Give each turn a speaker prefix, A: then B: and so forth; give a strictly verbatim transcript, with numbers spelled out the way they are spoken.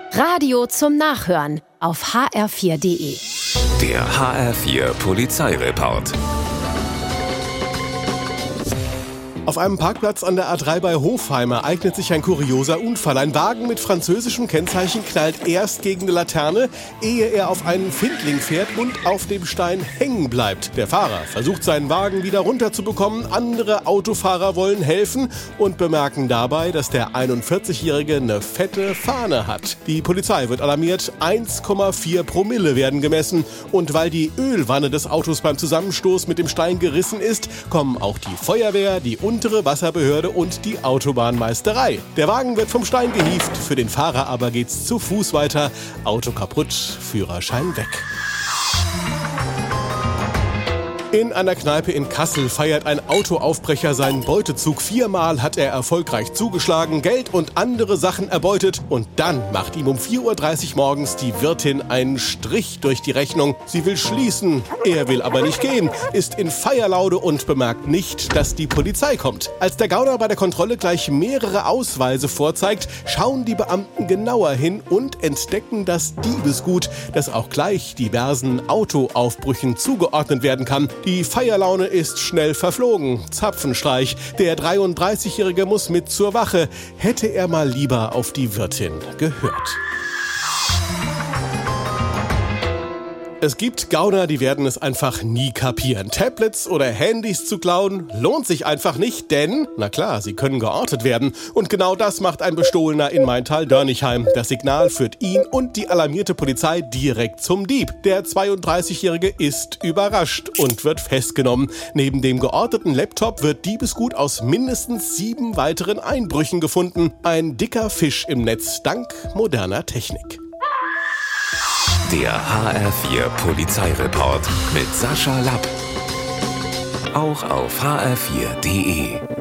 A: Radio zum Nachhören auf h r vier punkt d e.
B: Der H R vier Polizeireport.
C: Auf einem Parkplatz an der A drei bei Hofheim ereignet sich ein kurioser Unfall. Ein Wagen mit französischem Kennzeichen knallt erst gegen eine Laterne, ehe er auf einen Findling fährt und auf dem Stein hängen bleibt. Der Fahrer versucht, seinen Wagen wieder runterzubekommen. Andere Autofahrer wollen helfen und bemerken dabei, dass der einundvierzigjährige eine fette Fahne hat. Die Polizei wird alarmiert. eins Komma vier Promille werden gemessen. Und weil die Ölwanne des Autos beim Zusammenstoß mit dem Stein gerissen ist, kommen auch die Feuerwehr, die untere Wasserbehörde und die Autobahnmeisterei. Der Wagen wird vom Stein gehievt, für den Fahrer aber geht's zu Fuß weiter. Auto kaputt, Führerschein weg. In einer Kneipe in Kassel feiert ein Autoaufbrecher seinen Beutezug. Viermal hat er erfolgreich zugeschlagen, Geld und andere Sachen erbeutet. Und dann macht ihm um vier Uhr dreißig morgens die Wirtin einen Strich durch die Rechnung. Sie will schließen, er will aber nicht gehen, ist in Feierlaude und bemerkt nicht, dass die Polizei kommt. Als der Gauner bei der Kontrolle gleich mehrere Ausweise vorzeigt, schauen die Beamten genauer hin und entdecken das Diebesgut, das auch gleich diversen Autoaufbrüchen zugeordnet werden kann. Die Feierlaune ist schnell verflogen. Zapfenstreich. Der dreiunddreißigjährige muss mit zur Wache. Hätte er mal lieber auf die Wirtin gehört. Es gibt Gauner, die werden es einfach nie kapieren. Tablets oder Handys zu klauen lohnt sich einfach nicht, denn, na klar, sie können geortet werden. Und genau das macht ein Bestohlener in Maintal-Dörnigheim. Das Signal führt ihn und die alarmierte Polizei direkt zum Dieb. Der zweiunddreißigjährige ist überrascht und wird festgenommen. Neben dem georteten Laptop wird Diebesgut aus mindestens sieben weiteren Einbrüchen gefunden. Ein dicker Fisch im Netz, dank moderner Technik.
B: Der H R vier Polizeireport mit Sascha Lapp. Auch auf h r vier punkt d e.